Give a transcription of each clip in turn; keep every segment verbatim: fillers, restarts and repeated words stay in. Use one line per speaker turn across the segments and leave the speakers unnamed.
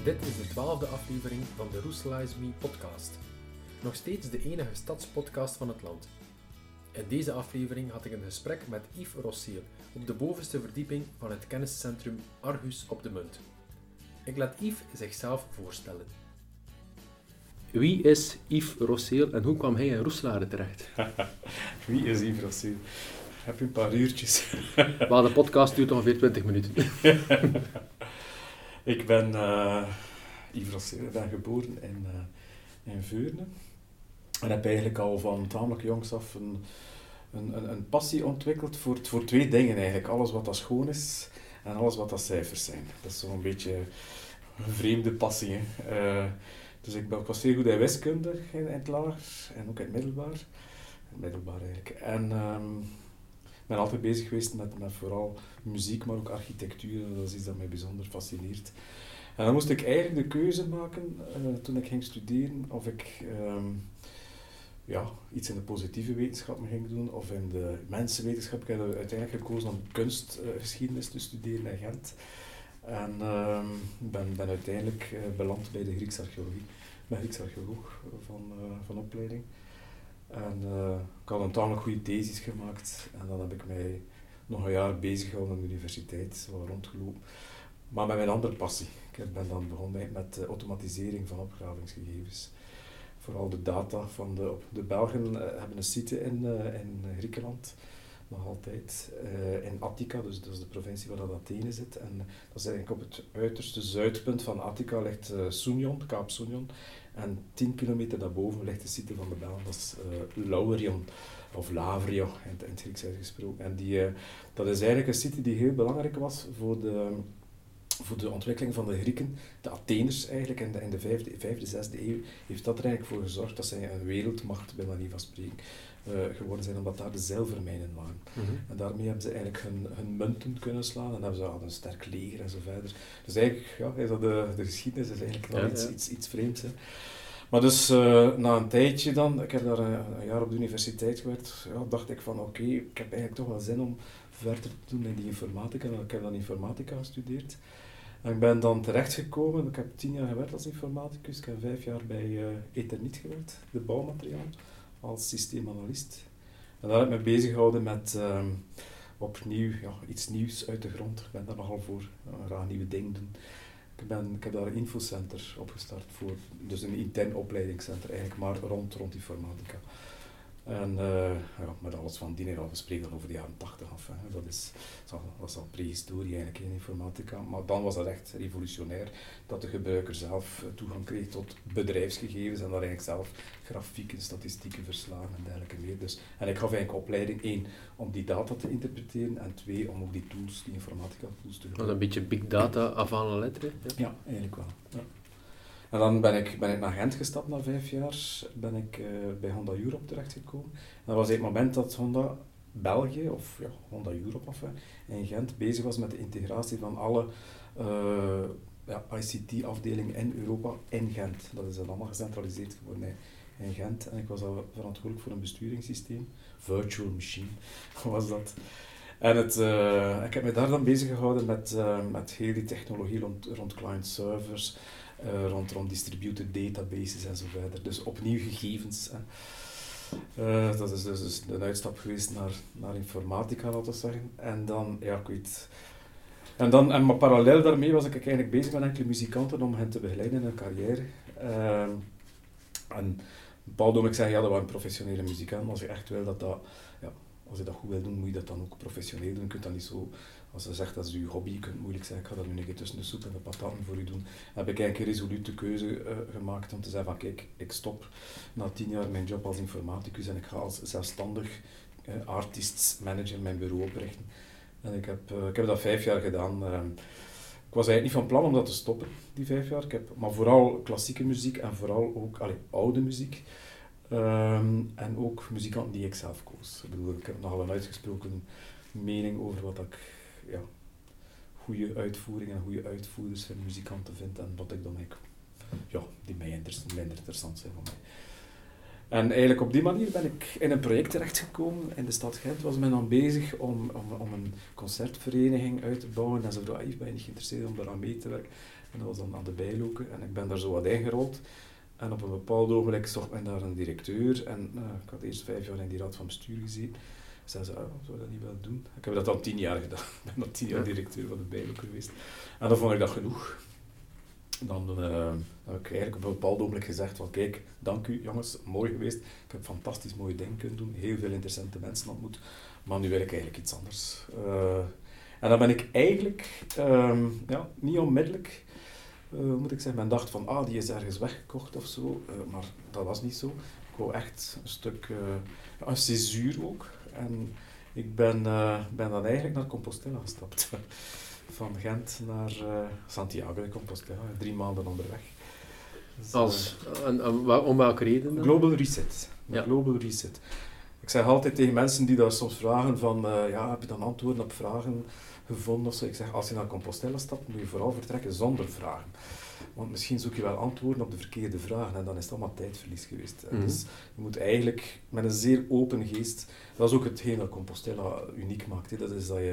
Dit is de twaalfde aflevering van de Roeselaars Me podcast. Nog steeds de enige stadspodcast van het land. In deze aflevering had ik een gesprek met Yves Rosseel op de bovenste verdieping van het kenniscentrum Argus op de Munt. Ik laat Yves zichzelf voorstellen. Wie is Yves Rosseel en hoe kwam hij in Roeselare terecht?
Wie is Yves Rosseel? Heb je een paar uurtjes?
Wel, de podcast duurt ongeveer twintig minuten.
Ik ben uh, Yves Rosseel, ik ben geboren in, uh, in Veurne. En heb eigenlijk al van tamelijk jongs af een, een, een, een passie ontwikkeld voor, voor twee dingen eigenlijk. Alles wat dat schoon is en alles wat dat cijfers zijn. Dat is zo'n beetje een vreemde passie. Hè. Uh, dus ik, ben, ik was heel goed in wiskunde in, in het lager en ook in het middelbaar. In het middelbaar eigenlijk. En um, ik ben altijd bezig geweest met, met vooral muziek, maar ook architectuur. Dat is iets dat mij bijzonder fascineert. En dan moest ik eigenlijk de keuze maken, uh, toen ik ging studeren, of ik um, ja, iets in de positieve wetenschappen ging doen, of in de mensenwetenschap. Ik heb uiteindelijk gekozen om kunstgeschiedenis uh, te studeren in Gent. En uh, ben, ben uiteindelijk uh, beland bij de Griekse archeologie. Ik ben Grieks archeoloog van, uh, van opleiding. En uh, ik had een tamelijk goede thesis gemaakt. En dan heb ik mij nog een jaar bezig gehouden aan de universiteit, wel rondgelopen. Maar met mijn andere passie. Ik ben dan begonnen met de automatisering van opgravingsgegevens. Vooral de data van de, de Belgen uh, hebben een site in, uh, in Griekenland. Nog altijd, uh, in Attica, dus dat is de provincie waar dat Athene zit. En dat is eigenlijk op het uiterste zuidpunt van Attica ligt uh, Sounion, Kaap Sounion. En tien kilometer daarboven ligt de site van de Belgen, dat is uh, Laurion, of Lavrio in het, in het Grieks uitgesproken. En die, uh, dat is eigenlijk een site die heel belangrijk was voor de, voor de ontwikkeling van de Grieken, de Atheners eigenlijk, in de, in de vijfde, vijfde, zesde eeuw, heeft dat er eigenlijk voor gezorgd dat zij een wereldmacht, bij manier van spreken, Uh, geworden zijn, omdat daar de zilvermijnen waren. Mm-hmm. En daarmee hebben ze eigenlijk hun, hun munten kunnen slaan en hebben ze al een sterk leger en zo verder. Dus eigenlijk, ja, is dat de, de geschiedenis is eigenlijk nog ja, iets, ja. iets, iets vreemds. Hè. Maar dus, uh, na een tijdje dan, ik heb daar een, een jaar op de universiteit gewerkt, ja, dacht ik van oké, okay, ik heb eigenlijk toch wel zin om verder te doen in die informatica. Ik heb dan informatica gestudeerd. En ik ben dan terechtgekomen, ik heb tien jaar gewerkt als informaticus, ik heb vijf jaar bij uh, Eternit gewerkt, de bouwmateriaal, als systeemanalist. En daar heb ik me bezig gehouden met um, opnieuw ja, iets nieuws uit de grond. Ik ben daar nogal voor, uh, graag nieuwe dingen doen. Ik, ben, ik heb daar een infocenter opgestart voor, dus een intern opleidingscenter eigenlijk, maar rond, rond informatica. En uh, ja, met alles van dien en al, we spreken dan over de jaren tachtig af. Hè. Dat, is, dat is al prehistorie eigenlijk in informatica. Maar dan was dat echt revolutionair, dat de gebruiker zelf toegang kreeg tot bedrijfsgegevens en daar eigenlijk zelf grafieken, statistieken, verslagen en dergelijke meer. Dus, en ik gaf eigenlijk opleiding, één, om die data te interpreteren en twee, om ook die tools, die informatica tools te gebruiken.
Een beetje big data avant la lettre?
Ja, ja eigenlijk wel. Ja. En dan ben ik, ben ik naar Gent gestapt na vijf jaar, ben ik uh, bij Honda Europe terechtgekomen. En dat was het moment dat Honda België, of ja, Honda Europe af, in Gent bezig was met de integratie van alle uh, ja, I C T-afdelingen in Europa in Gent. Dat is dan allemaal gecentraliseerd geworden hè, in Gent. En ik was al verantwoordelijk voor een besturingssysteem, Virtual Machine was dat. En het, uh, ik heb me daar dan bezig gehouden met, uh, met heel die technologie rond, rond client servers, Uh, rond, rond distributed databases en zo verder. Dus opnieuw gegevens. Hè. Uh, dat is dus, dus een uitstap geweest naar, naar informatica, laten we zeggen. En dan, ja, ik weet... En dan, en maar parallel daarmee was ik eigenlijk bezig met enkele muzikanten om hen te begeleiden in hun carrière. Uh, en Paul Dom, ik zei, ja, dat waren professionele muzikanten. Als je echt wil dat dat... Ja, als je dat goed wil doen, moet je dat dan ook professioneel doen. Je kunt dat niet zo... Als je zegt dat is je hobby, je kunt het moeilijk zeggen, ik ga dat nu een keer tussen de soep en de pataten voor u doen. Dan heb ik eigenlijk een resolute keuze uh, gemaakt om te zeggen van kijk, ik stop na tien jaar mijn job als informaticus en ik ga als zelfstandig uh, artists manager mijn bureau oprichten. En ik heb, uh, ik heb dat vijf jaar gedaan. Uh, ik was eigenlijk niet van plan om dat te stoppen, die vijf jaar. Ik heb, maar vooral klassieke muziek en vooral ook allee, oude muziek. Um, en ook muzikanten die ik zelf koos. Ik bedoel, ik heb nogal een uitgesproken mening over wat ik ja, goede uitvoering en goede uitvoerders van muzikanten vind en wat ik dan eigenlijk, ja, die mij inter- minder interessant zijn van mij. En eigenlijk op die manier ben ik in een project terechtgekomen. In de stad Gent was men dan bezig om, om, om een concertvereniging uit te bouwen. En ze vroeg, ah, ben je niet geïnteresseerd om daaraan mee te werken? En dat was dan aan de Bijloeken. En ik ben daar zo wat ingerold. En op een bepaald ogenblik zocht men daar een directeur. En uh, ik had eerst vijf jaar in die raad van bestuur gezeten. Zei ze, ah, zou je dat niet willen doen? Ik heb dat dan tien jaar gedaan. Ik ben dan tien jaar directeur van de Bijloeken geweest. En dan vond ik dat genoeg. Dan uh, heb ik eigenlijk op een bepaald ogenblik gezegd van kijk, dank u jongens, mooi geweest. Ik heb fantastisch mooie dingen kunnen doen, heel veel interessante mensen ontmoet. Maar nu wil ik eigenlijk iets anders. Uh, en dan ben ik eigenlijk, um, ja, niet onmiddellijk, uh, moet ik zeggen, men dacht van ah, die is ergens weggekocht of zo. Uh, maar dat was niet zo. Ik wou echt een stuk, uh, een césuur ook. En ik ben, uh, ben dan eigenlijk naar Compostela gestapt. Van Gent naar uh, Santiago de Compostela, drie maanden onderweg.
Dus, Als, uh, en, en, om welke reden dan?
Global Reset.
Ja.
Global Reset. Ik zeg altijd tegen mensen die daar soms vragen van, uh, ja, heb je dan antwoorden op vragen gevonden of zo? Ik zeg, als je naar Compostela stapt, moet je vooral vertrekken zonder vragen. Want misschien zoek je wel antwoorden op de verkeerde vragen en dan is het allemaal tijdverlies geweest. Mm-hmm. Dus je moet eigenlijk met een zeer open geest, dat is ook hetgeen dat Compostela uniek maakt, hè. Dat is dat je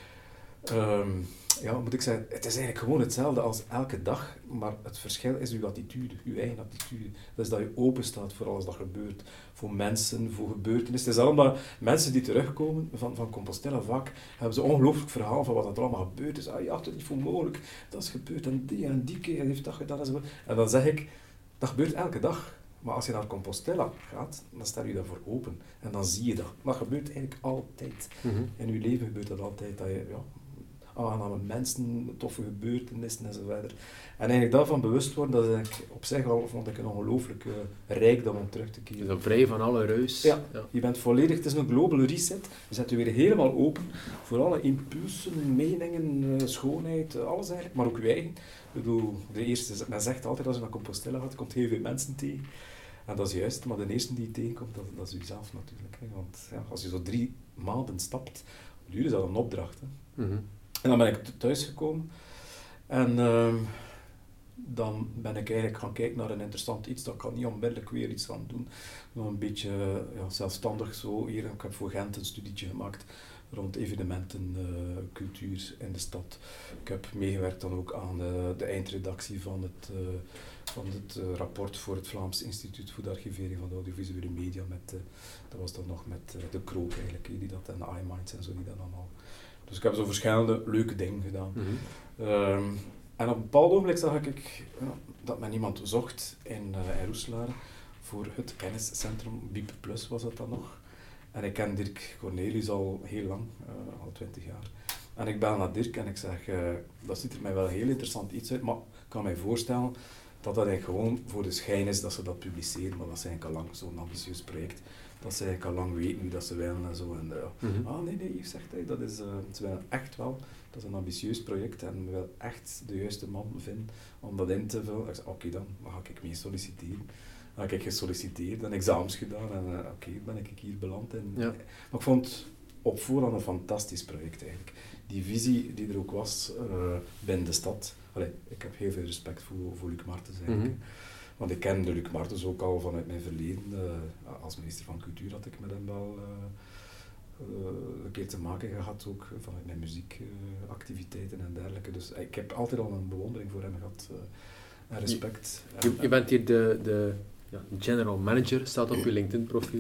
Um, ja, moet ik zeggen, het is eigenlijk gewoon hetzelfde als elke dag, maar het verschil is uw attitude, uw eigen attitude. Dat is dat je open staat voor alles dat gebeurt, voor mensen, voor gebeurtenissen. Het is daarom dat mensen die terugkomen van, van Compostela, vaak hebben ze een ongelooflijk verhaal van wat er allemaal gebeurd is. Ah, je had het niet voor mogelijk, dat is gebeurd en die en die keer heeft dat gedaan enzovoort. En dan zeg ik, dat gebeurt elke dag. Maar als je naar Compostela gaat, dan sta je daarvoor open en dan zie je dat. Dat gebeurt eigenlijk altijd.
Mm-hmm.
In je leven gebeurt dat altijd, dat je ja, aangename mensen, toffe gebeurtenissen enzovoort. En eigenlijk daarvan bewust worden, dat is eigenlijk op zich al, vond ik een ongelooflijke rijkdom om terug te keren.
Dus vrij van alle ruis.
Ja, ja, je bent volledig, het is een global reset. Je zet je weer helemaal open voor alle impulsen, meningen, schoonheid, alles eigenlijk, maar ook wij. Ik bedoel, de eerste, men zegt altijd als je naar Compostela gaat, komt heel veel mensen tegen. En dat is juist, maar de eerste die je tegenkomt, dat, dat is jezelf natuurlijk. Hè. Want ja, als je zo drie maanden stapt, duur is dat een opdracht. Hè.
Mm-hmm.
En dan ben ik thuisgekomen en uh, dan ben ik eigenlijk gaan kijken naar een interessant iets. Dat kan niet onmiddellijk weer iets gaan doen. Nog een beetje ja, zelfstandig zo. Hier, ik heb voor Gent een studietje gemaakt rond evenementen, uh, cultuur in de stad. Ik heb meegewerkt dan ook aan uh, de eindredactie van het, uh, van het uh, rapport voor het Vlaams Instituut voor de Archivering van de Audiovisuele Media. Met, uh, dat was dan nog met uh, de Krook eigenlijk, die dat en iMinds en zo, die dat allemaal. Dus ik heb zo verschillende leuke dingen gedaan. Mm-hmm. Um, en op een bepaald ogenblik zag ik ja, dat men iemand zocht in, uh, in Roeselare voor het kenniscentrum, B I P Plus was dat dan nog. En ik ken Dirk Cornelius al heel lang, uh, al twintig jaar. En ik bel naar Dirk en ik zeg, uh, dat ziet er mij wel heel interessant iets uit, maar ik kan mij voorstellen dat dat eigenlijk gewoon voor de schijn is dat ze dat publiceren, maar dat is eigenlijk al lang zo'n ambitieus project. Dat ze eigenlijk al lang weten wie dat ze willen en zo. En, uh, mm-hmm. Ah nee, nee, zegt hij, dat is, uh, ze willen echt wel, dat is een ambitieus project en we willen echt de juiste man vinden om dat in te vullen. Ik zei, oké, okay, dan ga ik mee solliciteren. Dan heb ik gesolliciteerd en examens gedaan en uh, oké, okay, ben ik hier beland. En,
ja.
Maar ik vond op voorhand een fantastisch project eigenlijk. Die visie die er ook was uh, binnen de stad. Allee, ik heb heel veel respect voor, voor Luc Martens eigenlijk. Mm-hmm. Want ik kende Luc Martens ook al vanuit mijn verleden. Uh, als minister van Cultuur had ik met hem wel uh, uh, een keer te maken gehad, ook vanuit mijn muziekactiviteiten uh, en dergelijke. Dus uh, ik heb altijd al een bewondering voor hem gehad uh, en respect.
Je, je bent hier de, de ja, general manager, staat op je LinkedIn-profiel,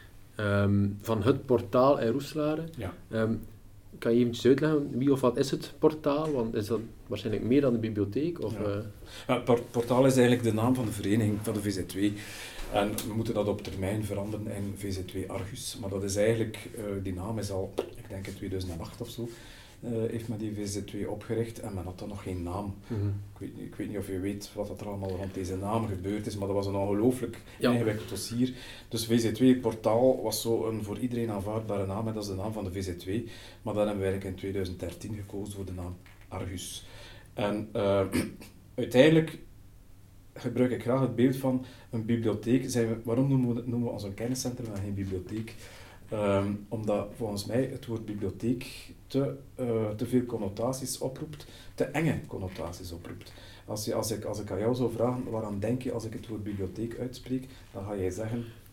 um, van het portaal in Roeselare.
Ja.
Um, kan je eventjes uitleggen, wie of wat is het portaal? Want is dat waarschijnlijk meer dan de bibliotheek? Of,
ja.
Uh...
Ja, het portaal is eigenlijk de naam van de vereniging, van de V Z W. En we moeten dat op termijn veranderen in V Z W Argus. Maar dat is eigenlijk, uh, die naam is al, ik denk in tweeduizend acht of zo, uh, heeft men die V Z W opgericht en men had dan nog geen naam.
Mm-hmm.
Ik weet, ik weet niet of je weet wat er allemaal rond deze naam gebeurd is, maar dat was een ongelooflijk
ja.
ingewikkeld dossier. Dus V Z W Portaal was zo een voor iedereen aanvaardbare naam en dat is de naam van de V Z W. Maar dan hebben we eigenlijk in tweeduizend dertien gekozen voor de naam Argus. En uh, uiteindelijk gebruik ik graag het beeld van een bibliotheek. Zijn we, waarom noemen we, noemen we ons een kenniscentrum en geen bibliotheek? Um, omdat volgens mij het woord bibliotheek te, uh, te veel connotaties oproept, te enge connotaties oproept. Als, je, als, ik, als ik aan jou zou vragen, waaraan denk je als ik het woord bibliotheek uitspreek, dan ga jij zeggen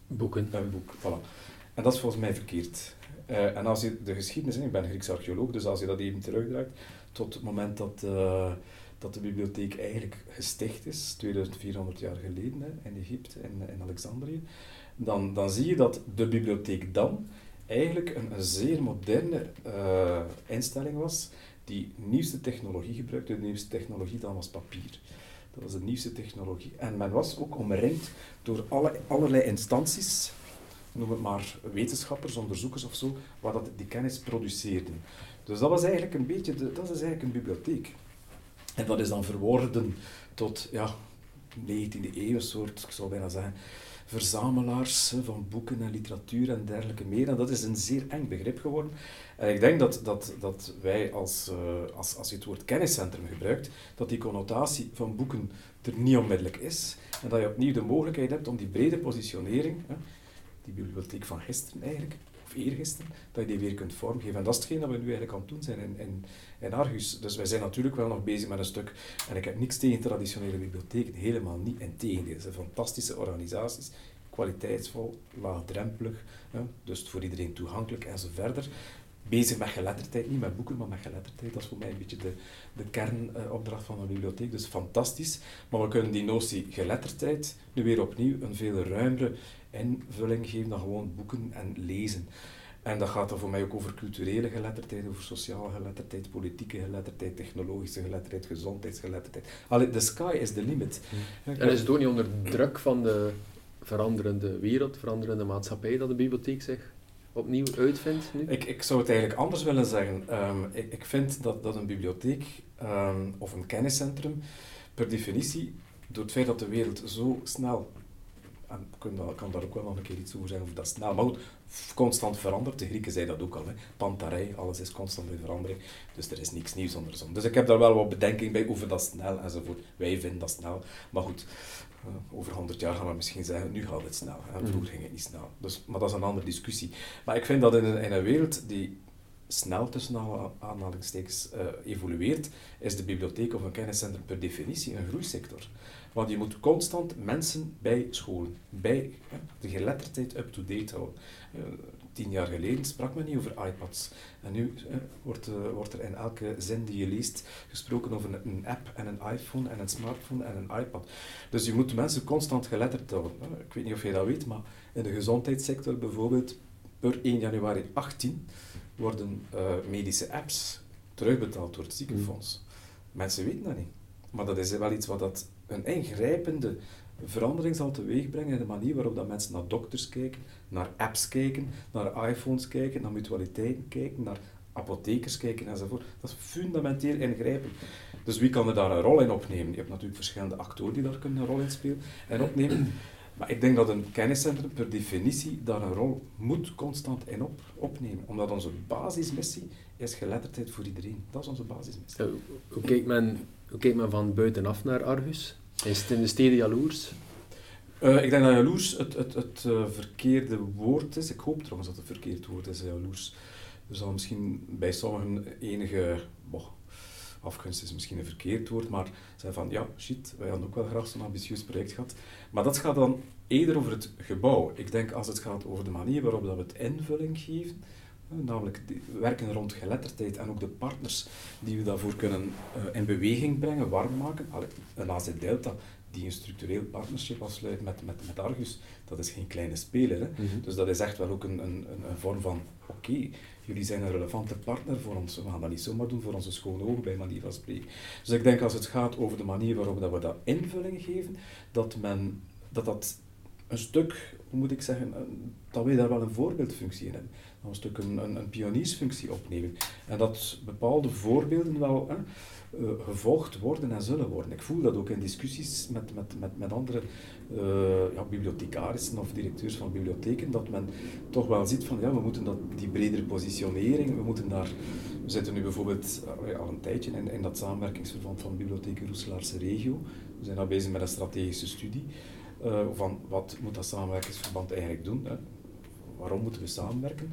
Boeken.
Een boek, voilà. En dat is volgens mij verkeerd. Uh, en als je de geschiedenis, ik ben Grieks archeoloog, dus als je dat even terugdraait tot het moment dat, uh, dat de bibliotheek eigenlijk gesticht is, tweeduizendvierhonderd jaar geleden, hè, in Egypte en in Alexandrië, dan, dan zie je dat de bibliotheek dan eigenlijk een, een zeer moderne uh, instelling was, die nieuwste technologie gebruikte. De nieuwste technologie dan was papier. Dat was de nieuwste technologie. En men was ook omringd door alle, allerlei instanties, noem het maar wetenschappers, onderzoekers of zo, waar dat die kennis produceerden. Dus dat was eigenlijk een beetje, de, dat is eigenlijk een bibliotheek. En dat is dan verworden tot, ja, negentiende eeuw, een soort, ik zou bijna zeggen, verzamelaars van boeken en literatuur en dergelijke meer. En dat is een zeer eng begrip geworden. En ik denk dat, dat, dat wij, als, uh, als, als je het woord kenniscentrum gebruikt, dat die connotatie van boeken er niet onmiddellijk is. En dat je opnieuw de mogelijkheid hebt om die brede positionering, hè, die bibliotheek van gisteren eigenlijk, of eergisteren, dat je die weer kunt vormgeven. En dat is hetgeen dat we nu eigenlijk aan het doen zijn in, in, in Argus. Dus wij zijn natuurlijk wel nog bezig met een stuk, en ik heb niks tegen traditionele bibliotheken, helemaal niet. Integendeel, het zijn fantastische organisaties, kwaliteitsvol, laagdrempelig, hè, dus voor iedereen toegankelijk en zo verder. Bezig met geletterdheid, niet met boeken, maar met geletterdheid. Dat is voor mij een beetje de, de kernopdracht van een bibliotheek, dus fantastisch. Maar we kunnen die notie geletterdheid nu weer opnieuw een veel ruimere invulling geven dan gewoon boeken en lezen. En dat gaat dan voor mij ook over culturele geletterdheid, over sociale geletterdheid, politieke geletterdheid, technologische geletterdheid, gezondheidsgeletterdheid. Allee, the sky is the limit.
Hmm. En is het ook niet onder druk van de veranderende wereld, veranderende maatschappij, dat de bibliotheek zich opnieuw uitvindt nu?
Ik, ik zou het eigenlijk anders willen zeggen. Um, ik, ik vind dat, dat een bibliotheek um, of een kenniscentrum per definitie, door het feit dat de wereld zo snel, en ik kan, kan daar ook wel nog een keer iets over zeggen, of dat snel, maar goed, constant verandert. De Grieken zeiden dat ook al, hè. Pantarei, alles is constant in verandering, dus er is niks nieuws onder de zon. Dus ik heb daar wel wat bedenking bij over dat snel enzovoort. Wij vinden dat snel, maar goed, uh, over honderd jaar gaan we misschien zeggen, nu gaat het snel. Hè. Vroeger ging het niet snel. Dus, maar dat is een andere discussie. Maar ik vind dat in een, in een wereld die snel tussen aanhalingstekens uh, evolueert, is de bibliotheek of een kenniscentrum per definitie een groeisector. Want je moet constant mensen bij scholen, bij hè, de geletterdheid up-to-date houden. Uh, tien jaar geleden sprak men niet over iPads. En nu uh, wordt, uh, wordt er in elke zin die je leest gesproken over een, een app en een iPhone en een smartphone en een iPad. Dus je moet mensen constant geletterd houden. Uh, ik weet niet of je dat weet, maar in de gezondheidssector bijvoorbeeld per één januari achttien worden uh, medische apps terugbetaald door het ziekenfonds. Mensen weten dat niet. Maar dat is wel iets wat dat een ingrijpende verandering zal teweegbrengen in de manier waarop dat mensen naar dokters kijken, naar apps kijken, naar iPhones kijken, naar mutualiteiten kijken, naar apothekers kijken enzovoort. Dat is fundamenteel ingrijpend. Dus wie kan er daar een rol in opnemen? Je hebt natuurlijk verschillende actoren die daar kunnen een rol in spelen en opnemen. Maar ik denk dat een kenniscentrum per definitie daar een rol moet constant in op, opnemen. Omdat onze basismissie is geletterdheid voor iedereen. Dat is onze basismissie.
Uh, hoe, kijkt men, hoe kijkt men van buitenaf naar Argus? Is het in de steden jaloers?
Uh, ik denk dat jaloers het, het, het uh, verkeerde woord is. Ik hoop trouwens dat het verkeerd woord is, jaloers. Er zal misschien bij sommigen enige... Boh, afgunst is misschien een verkeerd woord, maar zijn van, ja, shit, wij hadden ook wel graag zo'n ambitieus project gehad. Maar dat gaat dan eerder over het gebouw. Ik denk als het gaat over de manier waarop dat we het invulling geven, namelijk werken rond geletterdheid en ook de partners die we daarvoor kunnen uh, in beweging brengen, warm maken. Allee, een A Z Delta die een structureel partnership afsluit met, met, met Argus, dat is geen kleine speler. Hè? Mm-hmm. Dus dat is echt wel ook een, een, een vorm van, oké, okay, jullie zijn een relevante partner voor ons, we gaan dat niet zomaar doen voor onze schone ogen, bij manier van spreken. Dus ik denk als het gaat over de manier waarop dat we dat invulling geven, dat men, dat dat een stuk, hoe moet ik zeggen, dat wij daar wel een voorbeeldfunctie in hebben. Dat we een stuk een, een, een pioniersfunctie opnemen. En dat bepaalde voorbeelden wel hè, uh, gevolgd worden en zullen worden. Ik voel dat ook in discussies met, met, met, met andere uh, ja, bibliothecarissen of directeurs van bibliotheken, dat men toch wel ziet van, ja, we moeten dat, die bredere positionering, we moeten daar... We zitten nu bijvoorbeeld uh, al een tijdje in, in dat samenwerkingsverband van Bibliotheek Roeselaarse Regio. We zijn al bezig met een strategische studie. Uh, van wat moet dat samenwerkingsverband eigenlijk doen? Hè? Waarom moeten we samenwerken?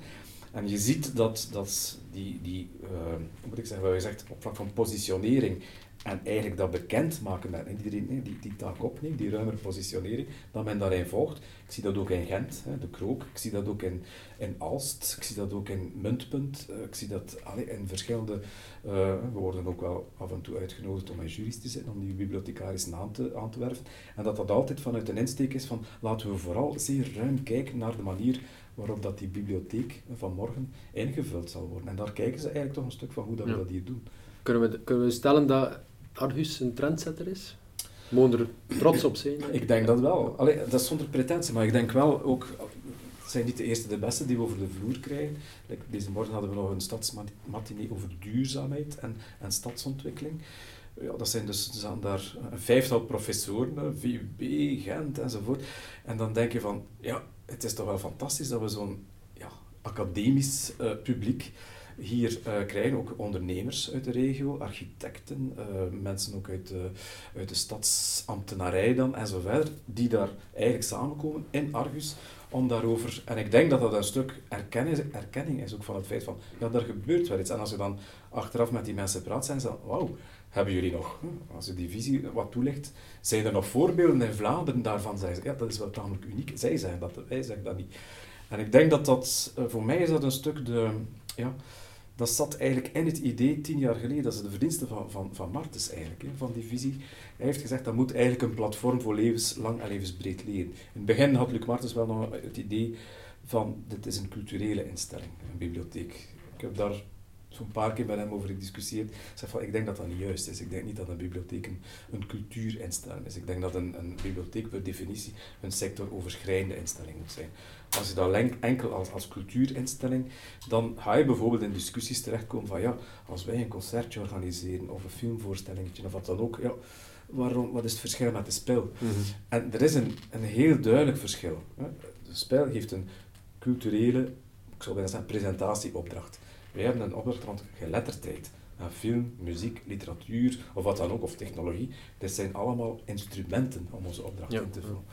En je ziet dat, dat die, die uh, hoe moet ik zeggen, wat je zegt, op vlak van positionering en eigenlijk dat bekendmaken, dat iedereen nee, die, die taak opneemt, die ruimere positionering, dat men daarin volgt. Ik zie dat ook in Gent, hè, de Krook, ik zie dat ook in, in Aalst, ik zie dat ook in Muntpunt, uh, ik zie dat allee, in verschillende... Uh, we worden ook wel af en toe uitgenodigd om in juries te zitten, om die bibliothecarissen aan te, aan te werven. En dat dat altijd vanuit een insteek is van, laten we vooral zeer ruim kijken naar de manier waarop dat die bibliotheek van morgen ingevuld zal worden. En daar kijken ze eigenlijk toch een stuk van hoe dat ja. we dat hier doen.
Kunnen we, kunnen we stellen dat Argus een trendsetter is? Mogen er trots op zijn?
Ik denk dat wel. Allee, dat is zonder pretentie, maar ik denk wel ook... Het zijn niet de eerste de beste die we over de vloer krijgen. Deze morgen hadden we nog een stadsmatinee over duurzaamheid en, en stadsontwikkeling. Ja, dat zijn dus er zijn daar een vijftal professoren, V U B, Gent enzovoort. En dan denk je van, ja, het is toch wel fantastisch dat we zo'n ja, academisch uh, publiek hier uh, krijgen, ook ondernemers uit de regio, architecten, uh, mensen ook uit de, uit de stadsambtenarij dan en zo verder, die daar eigenlijk samenkomen in Argus om daarover, en ik denk dat dat een stuk erkenning, erkenning is ook van het feit van, ja, daar gebeurt wel iets. En als je dan achteraf met die mensen praat, zijn ze dan, wauw, hebben jullie nog, als je die visie wat toelicht, zijn er nog voorbeelden in Vlaanderen daarvan? Zeggen ze, ja, dat is wel tamelijk uniek. Zij zeggen dat, wij zeggen dat niet. En ik denk dat dat, voor mij is dat een stuk de, ja, dat zat eigenlijk in het idee tien jaar geleden, dat is de verdienste van, van, van Martens eigenlijk, hè, van die visie. Hij heeft gezegd, dat moet eigenlijk een platform voor levenslang en levensbreed leren. In het begin had Luc Martens wel nog het idee van, dit is een culturele instelling, een bibliotheek. Ik heb daar zo'n paar keer met hem over gediscussieerd. Ik zeg van, ik denk dat dat niet juist is. Ik denk niet dat een bibliotheek een, een cultuurinstelling is. Ik denk dat een, een bibliotheek per definitie een sectoroverschrijdende instelling moet zijn. Als je dat enkel als, als cultuurinstelling, dan ga je bijvoorbeeld in discussies terechtkomen van, ja, als wij een concertje organiseren of een filmvoorstellingetje of wat dan ook, ja, waarom, wat is het verschil met de spel? Mm-hmm. En er is een, een heel duidelijk verschil. Hè. De spel heeft een culturele, ik zou bijna zeggen, presentatieopdracht. Wij hebben een opdracht rond geletterdheid. Aan film, muziek, literatuur of wat dan ook, of technologie. Dit zijn allemaal instrumenten om onze opdracht ja. in te vullen.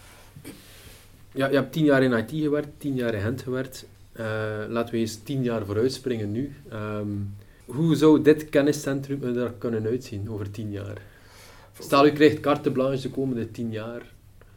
Ja, je hebt tien jaar in I T gewerkt, tien jaar in Gent gewerkt. Uh, laten we eens tien jaar vooruitspringen nu. Um, hoe zou dit kenniscentrum er kunnen uitzien over tien jaar? Stel, u krijgt carte blanche de komende tien jaar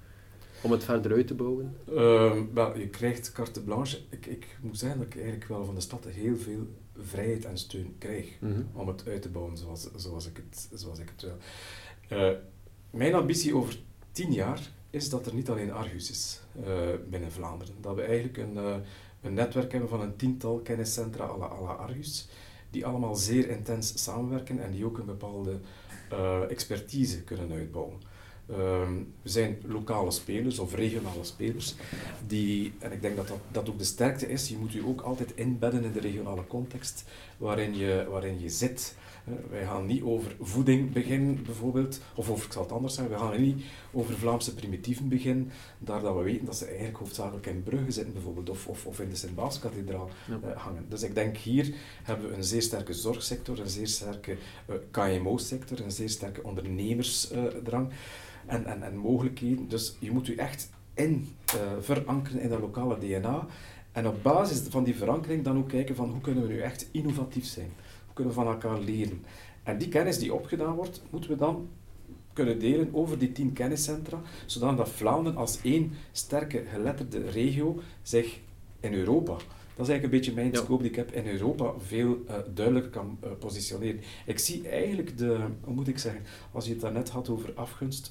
om het verder uit te bouwen.
Uh, wel, je krijgt carte blanche. Ik, ik moet zeggen dat ik eigenlijk wel van de stad heel veel vrijheid en steun krijg mm-hmm. om het uit te bouwen zoals, zoals, ik, het, zoals ik het wil. Uh, mijn ambitie over tien jaar is dat er niet alleen Argus is uh, binnen Vlaanderen. Dat we eigenlijk een, uh, een netwerk hebben van een tiental kenniscentra à la, à la Argus, die allemaal zeer intens samenwerken en die ook een bepaalde uh, expertise kunnen uitbouwen. Uh, we zijn lokale spelers of regionale spelers, die, en ik denk dat, dat dat ook de sterkte is, je moet je ook altijd inbedden in de regionale context waarin je, waarin je zit. Uh, wij gaan niet over voeding beginnen bijvoorbeeld, of over, ik zal het anders zeggen, we gaan niet over Vlaamse primitieven beginnen, daar dat we weten dat ze eigenlijk hoofdzakelijk in Brugge zitten bijvoorbeeld, of, of, of in de Sint-Baaskathedraal uh, hangen. Dus ik denk hier hebben we een zeer sterke zorgsector, een zeer sterke uh, K M O-sector, een zeer sterke ondernemersdrang. Uh, En, en, en mogelijkheden. Dus je moet je echt in uh, verankeren in dat lokale D N A. En op basis van die verankering dan ook kijken van hoe kunnen we nu echt innovatief zijn. Hoe kunnen we van elkaar leren. En die kennis die opgedaan wordt, moeten we dan kunnen delen over die tien kenniscentra, zodat Vlaanderen als één sterke geletterde regio zich in Europa, dat is eigenlijk een beetje mijn ja. scope die ik heb, in Europa veel uh, duidelijker kan uh, positioneren. Ik zie eigenlijk de, hoe moet ik zeggen, als je het daarnet had over afgunst,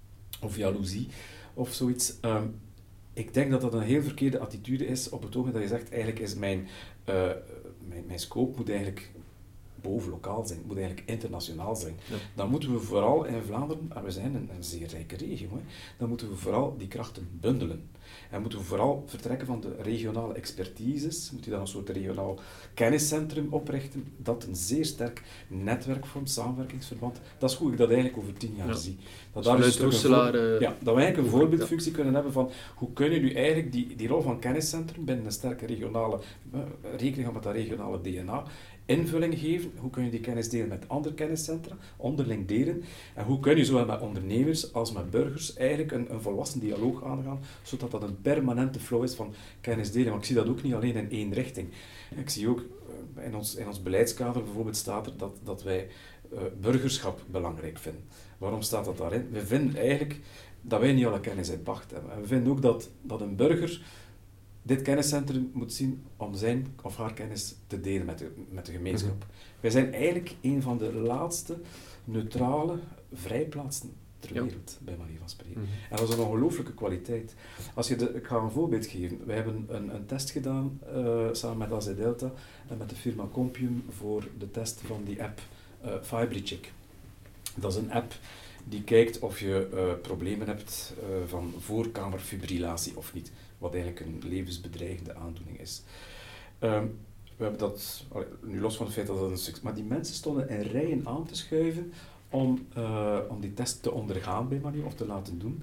of jaloezie, of zoiets. Um, ik denk dat dat een heel verkeerde attitude is op het ogenblik dat je zegt, eigenlijk is mijn, uh, mijn, mijn scope moet eigenlijk boven lokaal zijn, moet eigenlijk internationaal zijn. Ja. Dan moeten we vooral in Vlaanderen, en we zijn een, een zeer rijke regio, hè, dan moeten we vooral die krachten bundelen. En moeten we vooral vertrekken van de regionale expertises, moet je dan een soort regionaal kenniscentrum oprichten, dat een zeer sterk netwerk vormt, samenwerkingsverband. Dat is hoe ik dat eigenlijk over tien jaar ja. zie. Dat, daar is een voor... uh... ja, dat we eigenlijk een voorbeeldfunctie ja. kunnen hebben van hoe kun je nu eigenlijk die, die rol van kenniscentrum binnen een sterke regionale, uh, rekening met dat regionale D N A, invulling geven, hoe kun je die kennis delen met andere kenniscentra, onderling delen, en hoe kun je zowel met ondernemers als met burgers eigenlijk een, een volwassen dialoog aangaan, zodat dat een permanente flow is van kennisdelen. Maar ik zie dat ook niet alleen in één richting. Ik zie ook, uh, in ons, in ons beleidskader bijvoorbeeld staat er dat, dat wij uh, burgerschap belangrijk vinden. Waarom staat dat daarin? We vinden eigenlijk dat wij niet alle kennis in pacht hebben. En we vinden ook dat, dat een burger dit kenniscentrum moet zien om zijn of haar kennis te delen met de, met de gemeenschap. Mm-hmm. Wij zijn eigenlijk een van de laatste neutrale vrijplaatsen ter wereld, ja. bij manier van spreken. Mm-hmm. En dat is een ongelooflijke kwaliteit. Als je de, ik ga een voorbeeld geven. Wij hebben een, een test gedaan, uh, samen met A Z Delta en met de firma Compium, voor de test van die app uh, FibriCheck. Dat is een app die kijkt of je uh, problemen hebt uh, van voorkamerfibrillatie of niet. Wat eigenlijk een levensbedreigende aandoening is. Um, we hebben dat, nu los van het feit dat dat een succes, maar die mensen stonden in rijen aan te schuiven om, uh, om die test te ondergaan bij manier of te laten doen.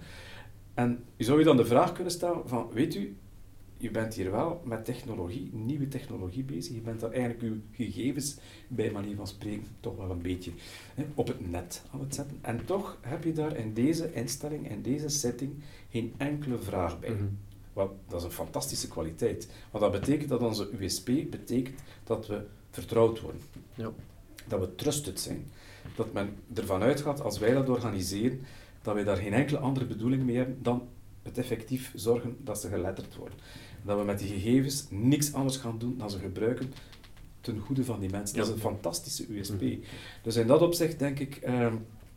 En je zou je dan de vraag kunnen stellen van, weet u, je bent hier wel met technologie, nieuwe technologie bezig, je bent daar eigenlijk uw gegevens, bij manier van spreken, toch wel een beetje hè, op het net aan het zetten. En toch heb je daar in deze instelling, in deze setting, geen enkele vraag bij. Mm-hmm. Wel, dat is een fantastische kwaliteit. Want dat betekent dat onze U S P betekent dat we vertrouwd worden. Ja. Dat we trusted zijn. Dat men ervan uitgaat, als wij dat organiseren, dat wij daar geen enkele andere bedoeling mee hebben dan het effectief zorgen dat ze geletterd worden. Dat we met die gegevens niks anders gaan doen dan ze gebruiken ten goede van die mensen. Ja. Dat is een fantastische U S P. Mm-hmm. Dus in dat opzicht denk ik... Uh,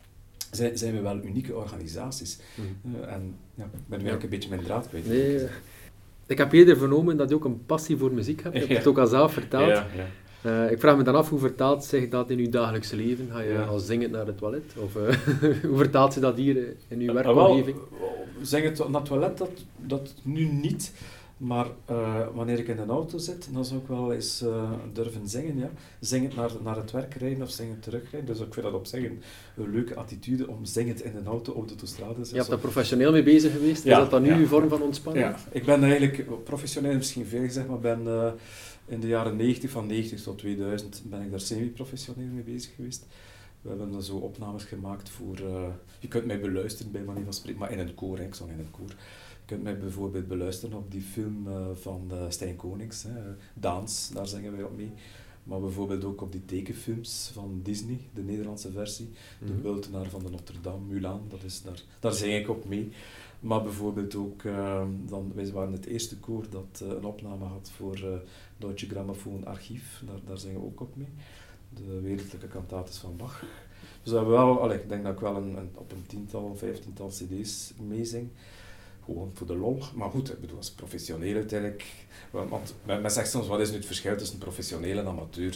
Zijn, zijn we wel unieke organisaties. Mm. Uh, en ja, ik ben nu eigenlijk ja. een beetje mijn draad kwijt.
Nee, uh, ik heb eerder vernomen dat je ook een passie voor muziek hebt. Je hebt ja. het ook al zelf verteld. Ja, ja. Uh, ik vraag me dan af, hoe vertaalt zich dat in uw dagelijkse leven? Ga je ja. al zingend naar het toilet? Of uh, hoe vertaalt zich dat hier in uw werkomgeving?
Uh, wel, zingend naar het toilet, dat, dat nu niet. Maar uh, wanneer ik in de auto zit, dan zou ik wel eens uh, durven zingen. Ja. Zingend naar, naar het werk rijden of zingend terugrijden. Dus ik vind dat op zich een, een leuke attitude om zingend in een auto op de autostrade te zitten.
Je hebt daar professioneel mee bezig geweest? Ja, is dat dan nu ja. uw vorm van ontspanning?
Ja, ik ben eigenlijk, professioneel misschien veel gezegd, maar ben uh, in de jaren negentig, van negentig tot tweeduizend, ben ik daar semi-professioneel mee bezig geweest. We hebben zo opnames gemaakt voor... Uh, je kunt mij beluisteren bij manier van spreken, maar in een koor, hè, ik zong in een koor. Je kunt mij bijvoorbeeld beluisteren op die film uh, van uh, Stijn Konings, hè, Daans, daar zingen wij op mee. Maar bijvoorbeeld ook op die tekenfilms van Disney, de Nederlandse versie. Mm-hmm. De Bultenaar van de Notre-Dame, Mulan, dat is daar, daar zing ik op mee. Maar bijvoorbeeld ook, uh, dan, wij waren het eerste koor dat uh, een opname had voor uh, Deutsche Grammophon Archief, daar, daar zingen we ook op mee. De wereldlijke kantates van Bach. Dus we hebben wel, allee, ik denk dat ik wel een, een, op een tiental, vijftiental cd's meezing. Gewoon voor de lol. Maar goed, ik bedoel, als professioneel uiteindelijk... Want men zegt soms, wat is nu het verschil tussen professioneel en amateur?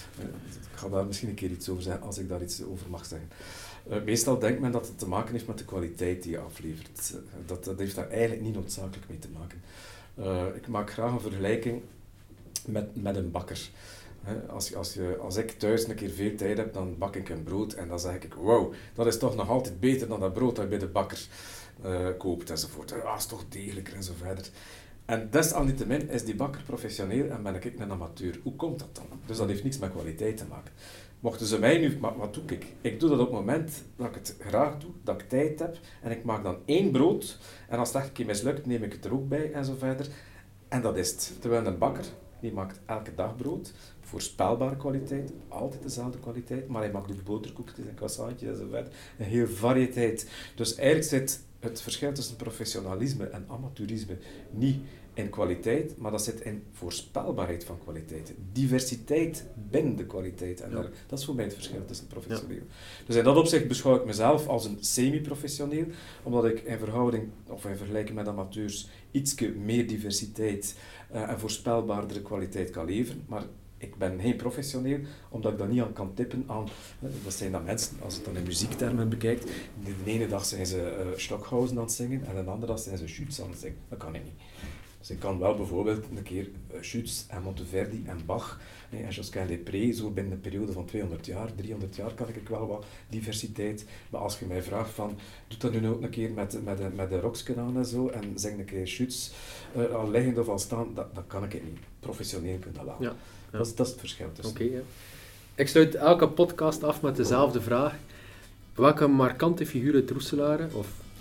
Ik ga daar misschien een keer iets over zeggen, als ik daar iets over mag zeggen. Uh, meestal denkt men dat het te maken heeft met de kwaliteit die je aflevert. Uh, dat, dat heeft daar eigenlijk niet noodzakelijk mee te maken. Uh, ik maak graag een vergelijking met, met een bakker. Uh, als, als, je, als ik thuis een keer veel tijd heb, dan bak ik een brood en dan zeg ik, wauw, dat is toch nog altijd beter dan dat brood dat je bij de bakker uh, koopt enzovoort. Ah, dat is toch degelijker en zo verder. En desalniettemin is die bakker professioneel en ben ik een amateur. Hoe komt dat dan? Dus dat heeft niks met kwaliteit te maken. Mochten ze mij nu... Maar wat doe ik? Ik doe dat op het moment dat ik het graag doe, dat ik tijd heb, en ik maak dan één brood, en als het echt een keer mislukt, neem ik het er ook bij, en zo verder. En dat is het. Terwijl een bakker, die maakt elke dag brood, voorspelbare kwaliteit, altijd dezelfde kwaliteit, maar hij maakt ook boterkoekjes en croissantjes en zo verder. Een heel variëteit. Dus eigenlijk zit het verschil tussen professionalisme en amateurisme niet in kwaliteit, maar dat zit in voorspelbaarheid van kwaliteit. Diversiteit binnen de kwaliteit. En ja. daar, dat is voor mij het verschil tussen professioneel. Ja. Dus in dat opzicht beschouw ik mezelf als een semi-professioneel, omdat ik in verhouding, of in vergelijking met amateurs, ietske meer diversiteit uh, en voorspelbaardere kwaliteit kan leveren. Maar ik ben geen professioneel, omdat ik dat niet aan kan tippen aan... Dat zijn dan mensen, als je het dan in muziektermen bekijkt, de ene dag zijn ze uh, Stockhausen aan het zingen en de andere dag zijn ze Schütz aan het zingen. Dat kan ik niet. Dus ik kan wel bijvoorbeeld een keer uh, Schütz en Monteverdi en Bach nee, en Josquin des Prez, zo binnen een periode van tweehonderd jaar, driehonderd jaar, kan ik wel wat diversiteit. Maar als je mij vraagt van, doe dat nu ook een keer met, met, de, met de roksken aan en zo, en zing een keer Schütz, uh, al liggend of al staan, dat, dat kan ik niet. Professioneel kun je dat laten. Ja. Ja. Dat, is, dat is het verschil tussen.
Oké, ja. Ik sluit elke podcast af met dezelfde vraag. Welke markante figuur uit Roeselare, of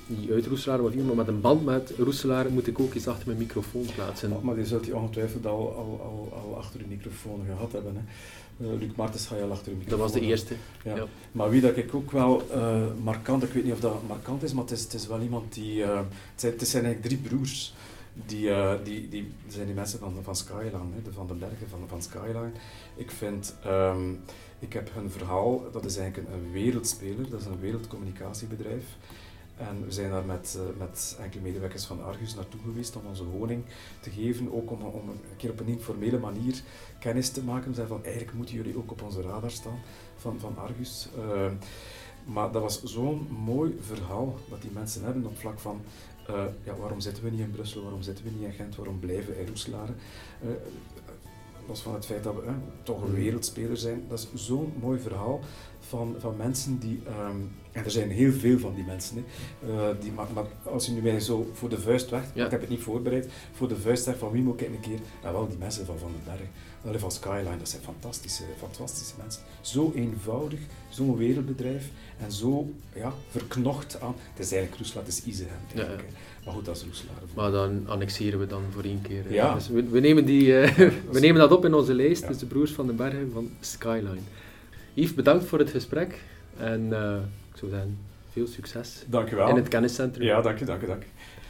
niet uit Roeselaar, maar, maar met een band met Roeselaar moet ik ook eens achter mijn microfoon plaatsen.
Maar, maar die zult je ongetwijfeld al, al, al, al achter je microfoon gehad hebben. Hè. Uh, Luc Martens ga je al achter je microfoon.
Dat was de eerste.
Ja. Ja.
Ja.
Maar wie dat ik ook wel uh, markant, ik weet niet of dat markant is, maar het is, het is wel iemand die... Uh, het, zijn, het zijn eigenlijk drie broers. Die, uh, die, die zijn die mensen van, van Skyline, hè, de Van den Bergen van, van Skyline. Ik vind... Um, ik heb hun verhaal, dat is eigenlijk een, een wereldspeler, dat is een wereldcommunicatiebedrijf. En we zijn daar met, uh, met enkele medewerkers van Argus naartoe geweest om onze woning te geven, ook om, om een keer op een informele manier kennis te maken. We zeiden van, eigenlijk moeten jullie ook op onze radar staan van, van Argus. Uh, maar dat was zo'n mooi verhaal dat die mensen hebben op vlak van, uh, ja, waarom zitten we niet in Brussel, waarom zitten we niet in Gent, waarom blijven we in Roeselare? Uh, los van het feit dat we uh, toch een wereldspeler zijn, dat is zo'n mooi verhaal van, van mensen die, um, en er zijn heel veel van die mensen, hè, uh, die, maar, maar als je nu mij zo voor de vuist weg, ja. Ik heb het niet voorbereid, voor de vuist zegt van wie moet ik een keer, nou wel die mensen van Van den Berg, dat van Skyline, dat zijn fantastische, fantastische mensen. Zo eenvoudig, zo'n wereldbedrijf en zo ja, verknocht aan, het is eigenlijk Roeselaar, het is Izehem eigenlijk, ja, ja. Maar goed, dat is Roeselaar.
Maar dan annexeren we dan voor één keer.
Ja.
Dus we, we, nemen die, uh, ja, we nemen dat op in onze lijst, ja. Dus de broers van den Bergen van Skyline. Yves, bedankt voor het gesprek en uh, ik zou zeggen, veel succes
dank je wel.
In het kenniscentrum.
Ja, dank je, dank je, dank je.